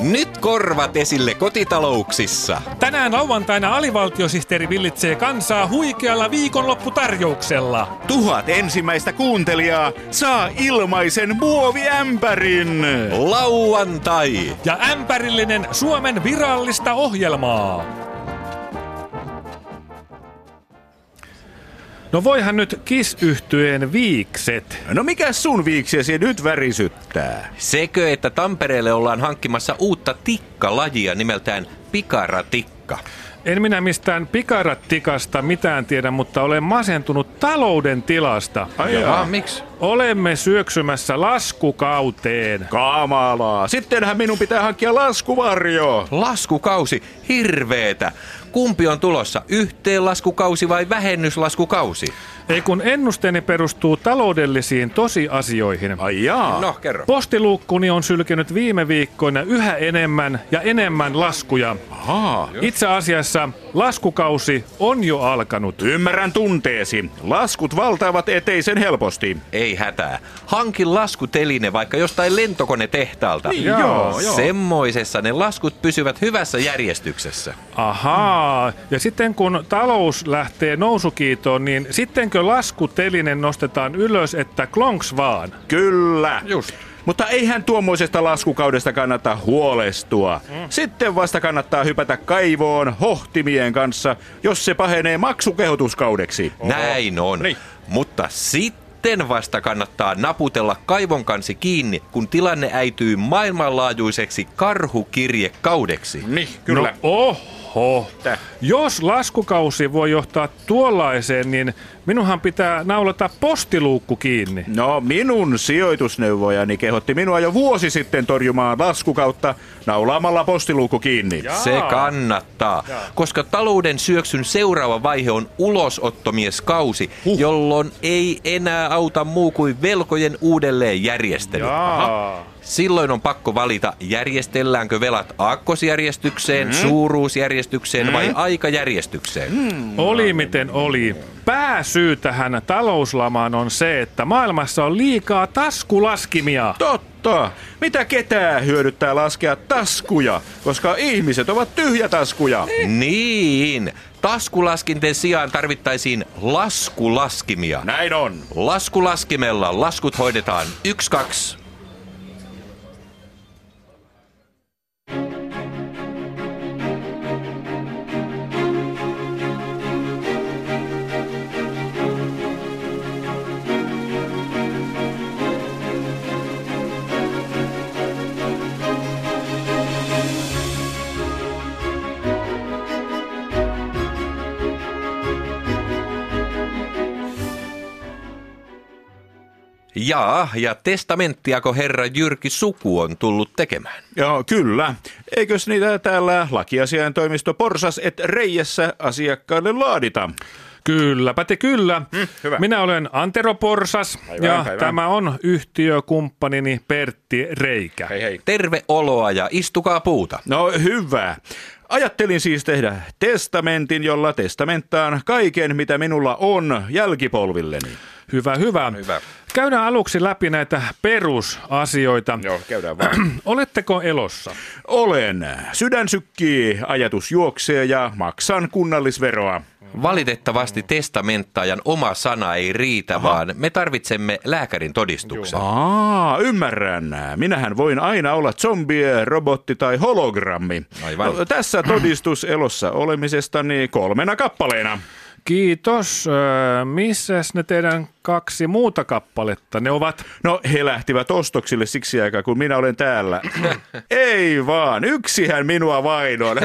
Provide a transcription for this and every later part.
Nyt korvat esille kotitalouksissa. Tänään lauantaina alivaltiosihteeri villitsee kansaa huikealla viikonlopputarjouksella. 1000 ensimmäistä kuuntelijaa saa ilmaisen muoviämpärin. Lauantai. Ja ämpärillinen Suomen virallista ohjelmaa. No voihan nyt KISS-yhtyeen viikset. No mikä sun viiksiesi nyt värisyttää? Sekö, että Tampereelle ollaan hankkimassa uutta tikkalajia nimeltään pikaratikka? En minä mistään pikarattikasta mitään tiedä, mutta olen masentunut talouden tilasta. Miksi? Olemme syöksymässä laskukauteen. Kamalaa. Sittenhän minun pitää hankkia laskuvarjo. Laskukausi, hirveetä. Kumpi on tulossa, yhteenlaskukausi vai vähennyslaskukausi? Ei kun ennusteeni perustuu taloudellisiin tosiasioihin. Ai jaa. No, kerro. Postiluukkuni on sylkenyt viime viikkoina yhä enemmän ja enemmän laskuja. Ahaa. Itse asiassa laskukausi on jo alkanut. Ymmärrän tunteesi. Laskut valtaavat eteisen helposti. Ei hätää. Hankin laskuteline vaikka jostain lentokonetehtaalta. Niin, joo. Semmoisessa ne laskut pysyvät hyvässä järjestyksessä. Ahaa. Ja sitten kun talous lähtee nousukiitoon, niin sittenkö laskuteline nostetaan ylös, että klonks vaan? Kyllä. Just. Mutta eihän tuommoisesta laskukaudesta kannata huolestua. Sitten vasta kannattaa hypätä kaivoon hohtimien kanssa, jos se pahenee maksukehotuskaudeksi. Näin on. Niin. Mutta sitten vasta kannattaa naputella kaivon kansi kiinni, kun tilanne äityy maailmanlaajuiseksi karhukirjekaudeksi. Niin, kyllä. No oho. Jos laskukausi voi johtaa tuollaiseen, niin minunhan pitää naulata postiluukku kiinni. No, minun sijoitusneuvojani kehotti minua jo vuosi sitten torjumaan laskukautta naulaamalla postiluukku kiinni. Se kannattaa, koska talouden syöksyn seuraava vaihe on ulosottomieskausi, jolloin ei enää auta muu kuin velkojen uudelleenjärjestely. Silloin on pakko valita, järjestelläänkö velat aakkosjärjestykseen, suuruusjärjestykseen vai aikajärjestykseen. Oli miten oli. Pääsyy tähän talouslamaan on se, että maailmassa on liikaa taskulaskimia. Totta. Mitä ketään hyödyttää laskea taskuja, koska ihmiset ovat tyhjätaskuja. Niin, taskulaskinten sijaan tarvittaisiin laskulaskimia. Näin on. Laskulaskimella laskut hoidetaan 1, 2. Ja testamenttiako herra Jyrki Suku on tullut tekemään? Joo, kyllä. Eikös niitä täällä lakiasiaintoimisto Porsas et Reijessä asiakkaille laadita? Kylläpä kyllä. Hyvä. Minä olen Antero Porsas ja tämä on yhtiökumppanini Pertti Reikä. Hei. Terveoloa ja istukaa puuta. No hyvä. Ajattelin siis tehdä testamentin, jolla testamenttaan kaiken, mitä minulla on jälkipolvilleni. Hyvä. Käydään aluksi läpi näitä perusasioita. Joo, käydään vaan. Oletteko elossa? Olen. Sydän sykkii, ajatus juoksee ja maksan kunnallisveroa. Valitettavasti testamenttaajan oma sana ei riitä, vaan me tarvitsemme lääkärin todistuksen. Ymmärrän. Minähän voin aina olla zombie, robotti tai hologrammi. Aivan. No, tässä todistus elossa olemisestani 3 kappaleena. Kiitos. Missäs ne teidän 2 muuta kappaletta ne ovat? No, he lähtivät ostoksille siksi aikaa, kun minä olen täällä. Ei vaan, yksihän minua vain on.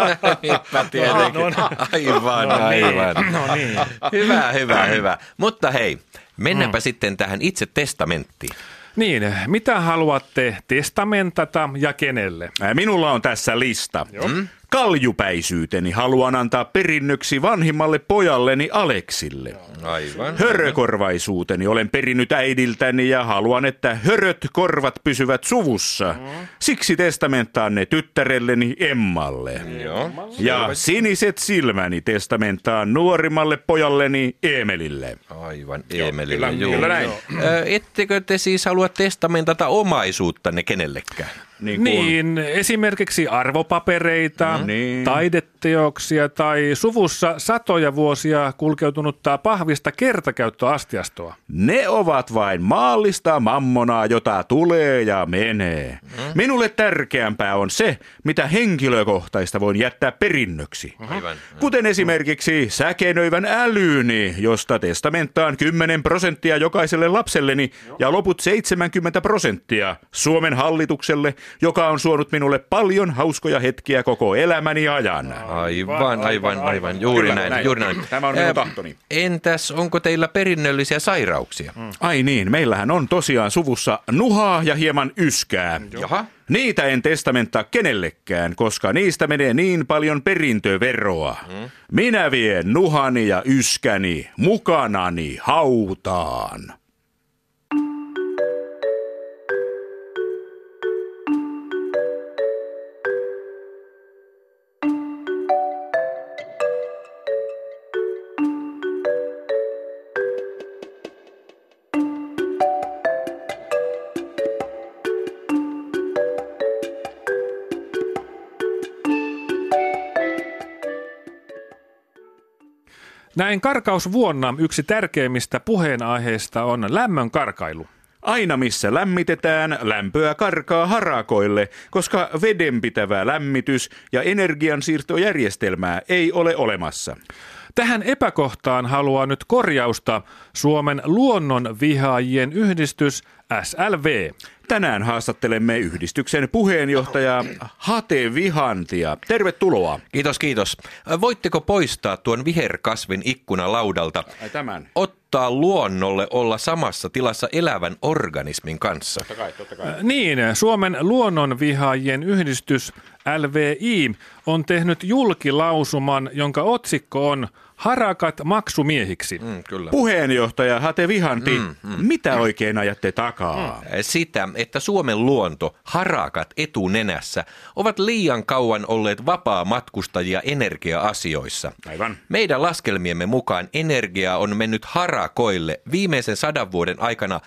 Aivan. No niin. Hyvä. Mutta hei, mennäänpä sitten tähän itse testamenttiin. Niin, mitä haluatte testamentata ja kenelle? Minulla on tässä lista. Kaljupäisyyteni haluan antaa perinnöksi vanhimmalle pojalleni Aleksille. Aivan. Hörökorvaisuuteni olen perinnyt äidiltäni ja haluan, että höröt korvat pysyvät suvussa. Siksi testamenttaan ne tyttärelleni Emmalle. Joo. Ja siniset silmäni testamenttaan nuorimmalle pojalleni Emelille. Aivan, Emelille. Kyllä näin. Ettekö te siis halua testamentata omaisuuttanne kenellekään? Niin, esimerkiksi arvopapereita, taideteoksia tai suvussa satoja vuosia kulkeutunutta pahvista kertakäyttöastiastoa. Ne ovat vain maallista mammonaa, jota tulee ja menee. Minulle tärkeämpää on se, mitä henkilökohtaista voin jättää perinnöksi. Aivan. Kuten esimerkiksi säkenöivän älyni, josta testamenttaan 10% jokaiselle lapselleni ja loput 70% Suomen hallitukselle, joka on suonut minulle paljon hauskoja hetkiä koko elämäni ajan. Aivan. Juuri näin. Tämä on minun tahtoni. Entäs onko teillä perinnöllisiä sairauksia? Ai niin, meillähän on tosiaan suvussa nuhaa ja hieman yskää. Jaha. Niitä en testamenttaa kenellekään, koska niistä menee niin paljon perintöveroa. Minä vien nuhani ja yskäni mukanani hautaan. Näin karkausvuonna yksi tärkeimmistä puheenaiheista on lämmön karkailu. Aina missä lämmitetään, lämpöä karkaa harakoille, koska vedenpitävää lämmitys- ja energiansiirtojärjestelmää ei ole olemassa. Tähän epäkohtaan haluaa nyt korjausta Suomen luonnonvihaajien yhdistys SLV. Tänään haastattelemme yhdistyksen puheenjohtajaa Hate Vihantia. Tervetuloa. Kiitos. Voitteko poistaa tuon viherkasvin ikkunalaudalta? Tämän. Ottaa luonnolle olla samassa tilassa elävän organismin kanssa. Totta kai. Niin, Suomen luonnonvihaajien yhdistys LVI on tehnyt julkilausuman, jonka otsikko on Harakat maksumiehiksi. Kyllä. Puheenjohtaja Hate Vihanti, mitä oikein ajatte takaa? Sitä, että Suomen luonto, harakat etunenässä, ovat liian kauan olleet vapaa-matkustajia energia-asioissa. Aivan. Meidän laskelmiemme mukaan energiaa on mennyt harakoille viimeisen 100 vuoden aikana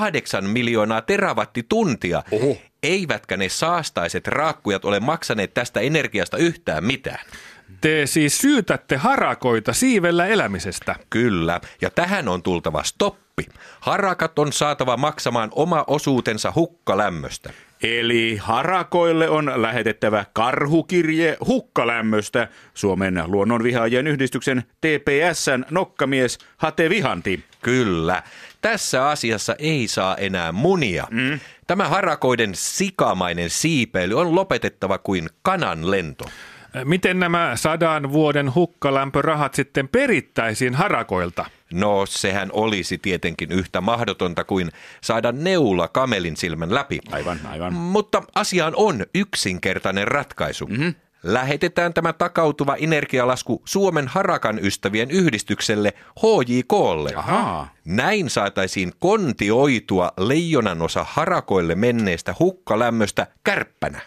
8 miljoonaa terawattituntia. Oho. Eivätkä ne saastaiset raakkujat ole maksaneet tästä energiasta yhtään mitään. Te siis syytätte harakoita siivellä elämisestä. Kyllä, ja tähän on tultava stoppi. Harakat on saatava maksamaan oma osuutensa hukkalämmöstä. Eli harakoille on lähetettävä karhukirje hukkalämmöstä Suomen luonnonvihaajien yhdistyksen TPS:n nokkamies Hate Vihanti. Kyllä. Tässä asiassa ei saa enää munia. Tämä harakoiden sikamainen siipeily on lopetettava kuin kanan lento. Miten nämä 100 vuoden hukkalämpörahat sitten perittäisiin harakoilta? No, sehän olisi tietenkin yhtä mahdotonta kuin saada neula kamelin silmän läpi. Aivan. Mutta asiaan on yksinkertainen ratkaisu. Lähetetään tämä takautuva energialasku Suomen harakan ystävien yhdistykselle HJK:lle. Ahaa. Näin saataisiin kontioitua leijonanosa harakoille menneestä hukkalämmöstä kärppänä.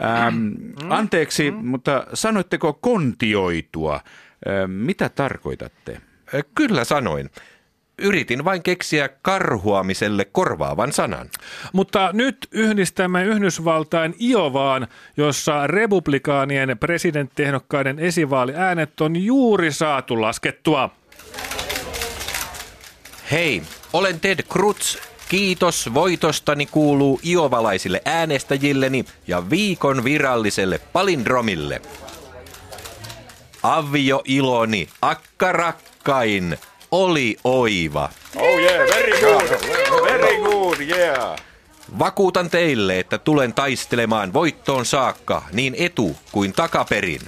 Anteeksi, mutta sanoitteko kontioitua? Mitä tarkoitatte? Kyllä sanoin. Yritin vain keksiä karhuamiselle korvaavan sanan. Mutta nyt yhdistämme Yhdysvaltain Iovaan, jossa republikaanien presidenttiehdokkaiden esivaaliäänet on juuri saatu laskettua. Hei, olen Ted Cruz. Kiitos voitostani kuuluu iovalaisille äänestäjilleni ja viikon viralliselle palindromille. Avio iloni, akka rakkain, oli oiva. Oh yeah, very good, yeah. Vakuutan teille, että tulen taistelemaan voittoon saakka niin etu- kuin takaperin.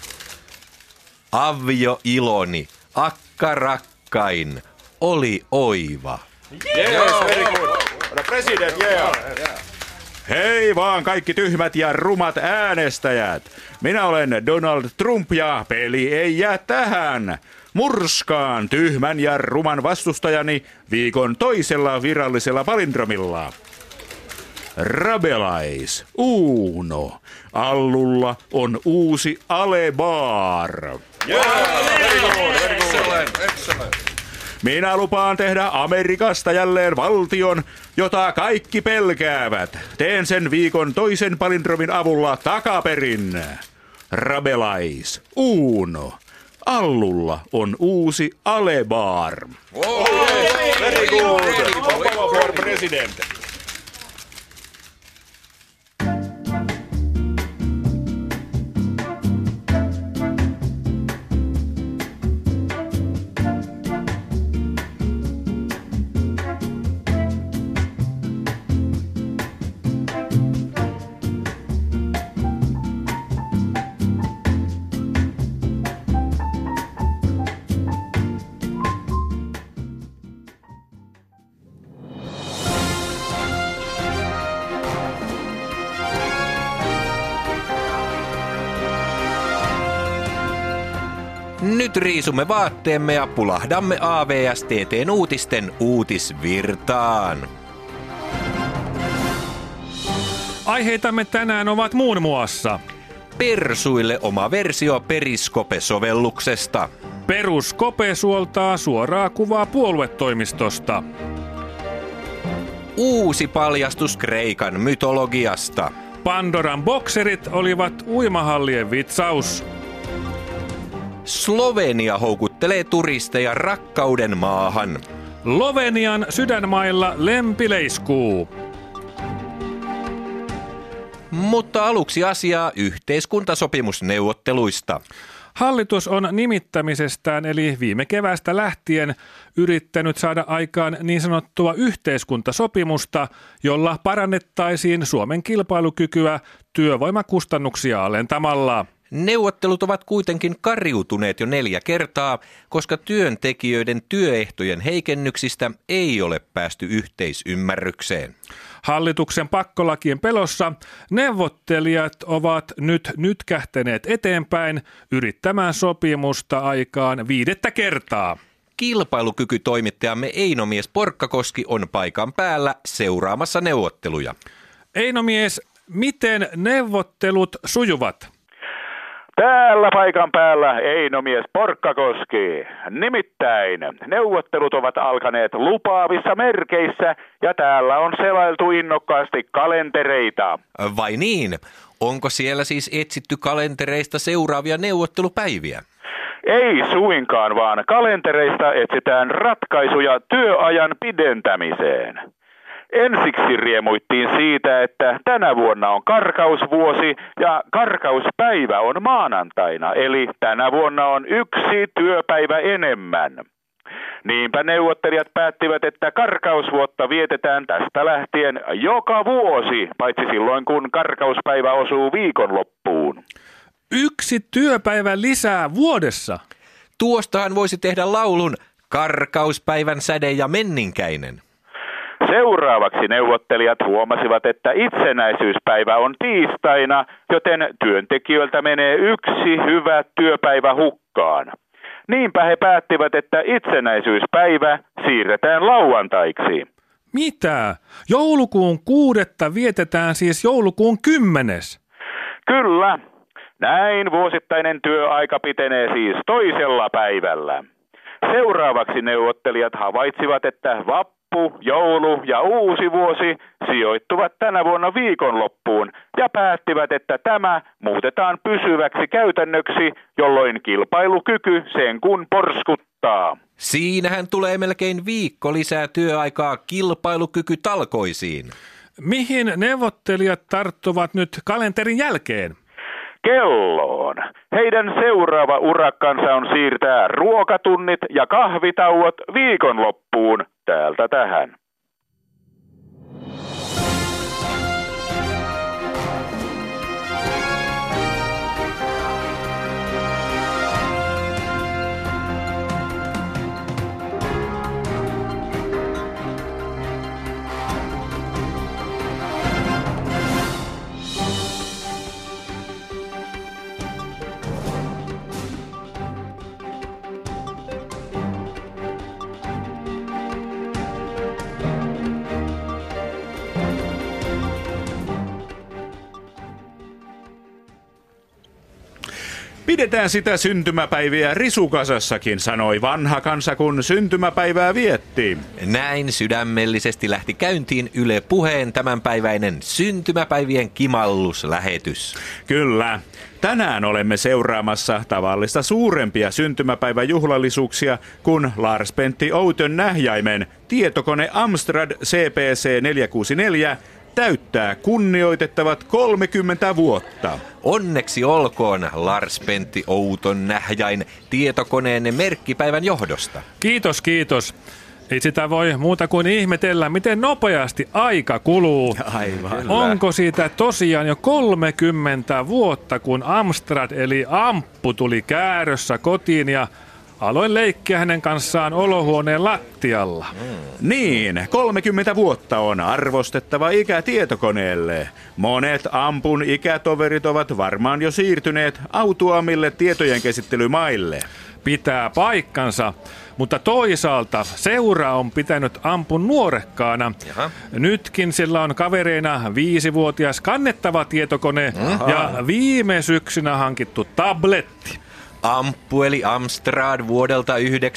Avio iloni, akka rakkain, oli oiva. Yes, very good. The president, yeah. Hei vaan kaikki tyhmät ja rumat äänestäjät. Minä olen Donald Trump ja peli ei jää tähän. Murskaan tyhmän ja ruman vastustajani viikon toisella virallisella palindromilla. Rabelais, Uno. Allulla on uusi Alebar. Excellent. Minä lupaan tehdä Amerikasta jälleen valtion, jota kaikki pelkäävät. Teen sen viikon toisen palindromin avulla takaperin. Rabelais, Uno. Allulla on uusi Alebar. Very good. For president. Nyt riisumme vaatteemme ja pulahdamme AVSTT:n uutisten uutisvirtaan. Aiheitamme tänään ovat muun muassa Persuille oma versio Periskope-sovelluksesta. Peruskope suoltaa suoraa kuvaa puoluetoimistosta. Uusi paljastus Kreikan mytologiasta. Pandoran bokserit olivat uimahallien vitsaus. Slovenia houkuttelee turisteja rakkauden maahan. Lovenian sydänmailla lempi leiskuu. Mutta aluksi asiaa yhteiskuntasopimusneuvotteluista. Hallitus on nimittämisestään eli viime keväästä lähtien yrittänyt saada aikaan niin sanottua yhteiskuntasopimusta, jolla parannettaisiin Suomen kilpailukykyä työvoimakustannuksia alentamalla. Neuvottelut ovat kuitenkin kariutuneet jo 4 kertaa, koska työntekijöiden työehtojen heikennyksistä ei ole päästy yhteisymmärrykseen. Hallituksen pakkolakien pelossa neuvottelijat ovat nyt nytkähtäneet eteenpäin yrittämään sopimusta aikaan 5. kertaa. Kilpailukykytoimittajamme Einomies Porkkakoski on paikan päällä seuraamassa neuvotteluja. Einomies, miten neuvottelut sujuvat? Täällä paikan päällä Einomies Porkkakoski. Nimittäin neuvottelut ovat alkaneet lupaavissa merkeissä ja täällä on selailtu innokkaasti kalentereita. Vai niin? Onko siellä siis etsitty kalentereista seuraavia neuvottelupäiviä? Ei suinkaan, vaan kalentereista etsitään ratkaisuja työajan pidentämiseen. Ensiksi riemuittiin siitä, että tänä vuonna on karkausvuosi ja karkauspäivä on maanantaina, eli tänä vuonna on 1 työpäivä enemmän. Niinpä neuvottelijat päättivät, että karkausvuotta vietetään tästä lähtien joka vuosi, paitsi silloin kun karkauspäivä osuu viikonloppuun. 1 työpäivä lisää vuodessa? Tuostahan voisi tehdä laulun Karkauspäivän säde ja menninkäinen. Seuraavaksi neuvottelijat huomasivat, että itsenäisyyspäivä on tiistaina, joten työntekijöiltä menee 1 hyvä työpäivä hukkaan. Niinpä he päättivät, että itsenäisyyspäivä siirretään lauantaiksi. Mitä? Joulukuun 6. vietetään siis joulukuun 10. Kyllä. Näin vuosittainen työaika pitenee siis toisella päivällä. Seuraavaksi neuvottelijat havaitsivat, että vappu, joulu ja uusi vuosi sijoittuvat tänä vuonna viikonloppuun ja päättivät, että tämä muutetaan pysyväksi käytännöksi, jolloin kilpailukyky sen kun porskuttaa. Siinähän tulee melkein viikko lisää työaikaa kilpailukykytalkoisiin. Mihin neuvottelijat tarttuvat nyt kalenterin jälkeen? Kelloon. Heidän seuraava urakkansa on siirtää ruokatunnit ja kahvitauot viikonloppuun täältä tähän. Pidetään sitä syntymäpäiviä risukasassakin, sanoi vanha kansa, kun syntymäpäivää vietti. Näin sydämellisesti lähti käyntiin Yle Puheen tämänpäiväinen syntymäpäivien kimalluslähetys. Kyllä. Tänään olemme seuraamassa tavallista suurempia syntymäpäiväjuhlallisuuksia, kun Lars Pentti Outön Nähjaimen tietokone Amstrad CPC 464 täyttää kunnioitettavat 30 vuotta. Onneksi olkoon Lars Pentti Outon Nähjain tietokoneenne merkkipäivän johdosta. Kiitos, kiitos. Ei sitä voi muuta kuin ihmetellä, miten nopeasti aika kuluu. Aivan. Onko siitä tosiaan jo 30 vuotta, kun Amstrad eli Amppu tuli käärössä kotiin ja aloin leikkiä hänen kanssaan olohuoneen lattialla. Niin, 30 vuotta on arvostettava ikä tietokoneelle. Monet Ampun ikätoverit ovat varmaan jo siirtyneet autuaamille tietojenkäsittelymaille. Pitää paikkansa, mutta toisaalta seura on pitänyt Ampun nuorekkaana. Jaha. Nytkin sillä on kavereina 5-vuotias kannettava tietokone ja viime syksynä hankittu tabletti. Amppu eli Amstrad vuodelta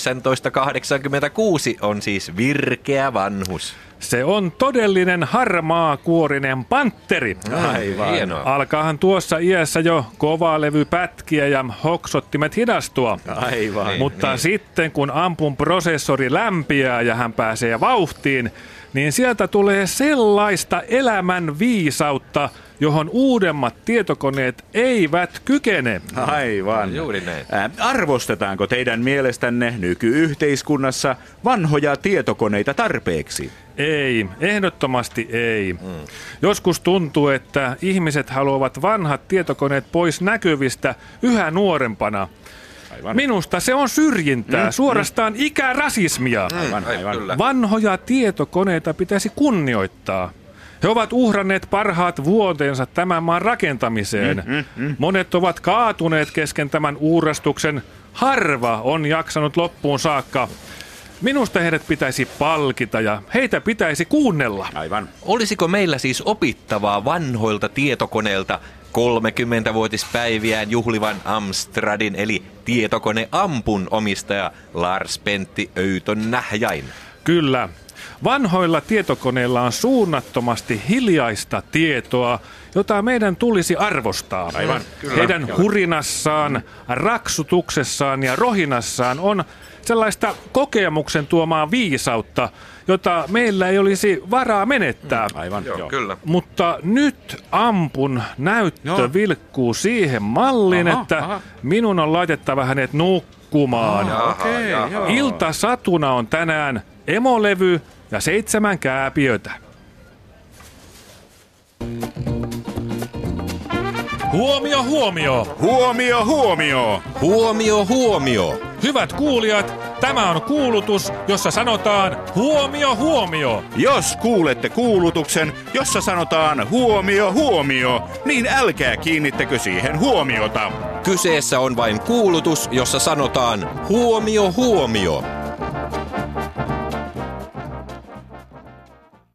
1986 on siis virkeä vanhus. Se on todellinen harmaakuorinen pantteri. Aivan. Hienoa. Alkaahan tuossa iässä jo kova levy pätkiä ja hoksottimet hidastua. Aivan. Mutta sitten kun Ampun prosessori lämpiää ja hän pääsee vauhtiin, niin sieltä tulee sellaista elämän viisautta, johon uudemmat tietokoneet eivät kykene. Aivan. Juuri näin. Arvostetaanko teidän mielestänne nykyyhteiskunnassa vanhoja tietokoneita tarpeeksi? Ei, ehdottomasti ei. Joskus tuntuu, että ihmiset haluavat vanhat tietokoneet pois näkyvistä yhä nuorempana. Aivan. Minusta se on syrjintää, suorastaan ikärasismia. Aivan. Kyllä. Vanhoja tietokoneita pitäisi kunnioittaa. He ovat uhranneet parhaat vuotensa tämän maan rakentamiseen. Monet ovat kaatuneet kesken tämän uurastuksen. Harva on jaksanut loppuun saakka. Minusta heidät pitäisi palkita ja heitä pitäisi kuunnella. Aivan. Olisiko meillä siis opittavaa vanhoilta tietokoneilta 30-vuotispäiviään juhlivan Amstradin eli tietokone Ampun omistaja Lars Pentti Outon Nähjain? Kyllä. Vanhoilla tietokoneilla on suunnattomasti hiljaista tietoa, jota meidän tulisi arvostaa. Aivan. Heidän hurinassaan, raksutuksessaan ja rohinassaan on sellaista kokemuksen tuomaa viisautta, jota meillä ei olisi varaa menettää. Aivan. Joo, kyllä. Mutta nyt Ampun näyttö vilkkuu siihen malliin, että minun on laitettava hänet nukkumaan. Iltasatuna on tänään emolevy ja 7 kääpiötä. Huomio, huomio! Huomio, huomio! Huomio, huomio! Hyvät kuulijat, tämä on kuulutus, jossa sanotaan huomio, huomio! Jos kuulette kuulutuksen, jossa sanotaan huomio, huomio, niin älkää kiinnittäkö siihen huomiota. Kyseessä on vain kuulutus, jossa sanotaan huomio, huomio.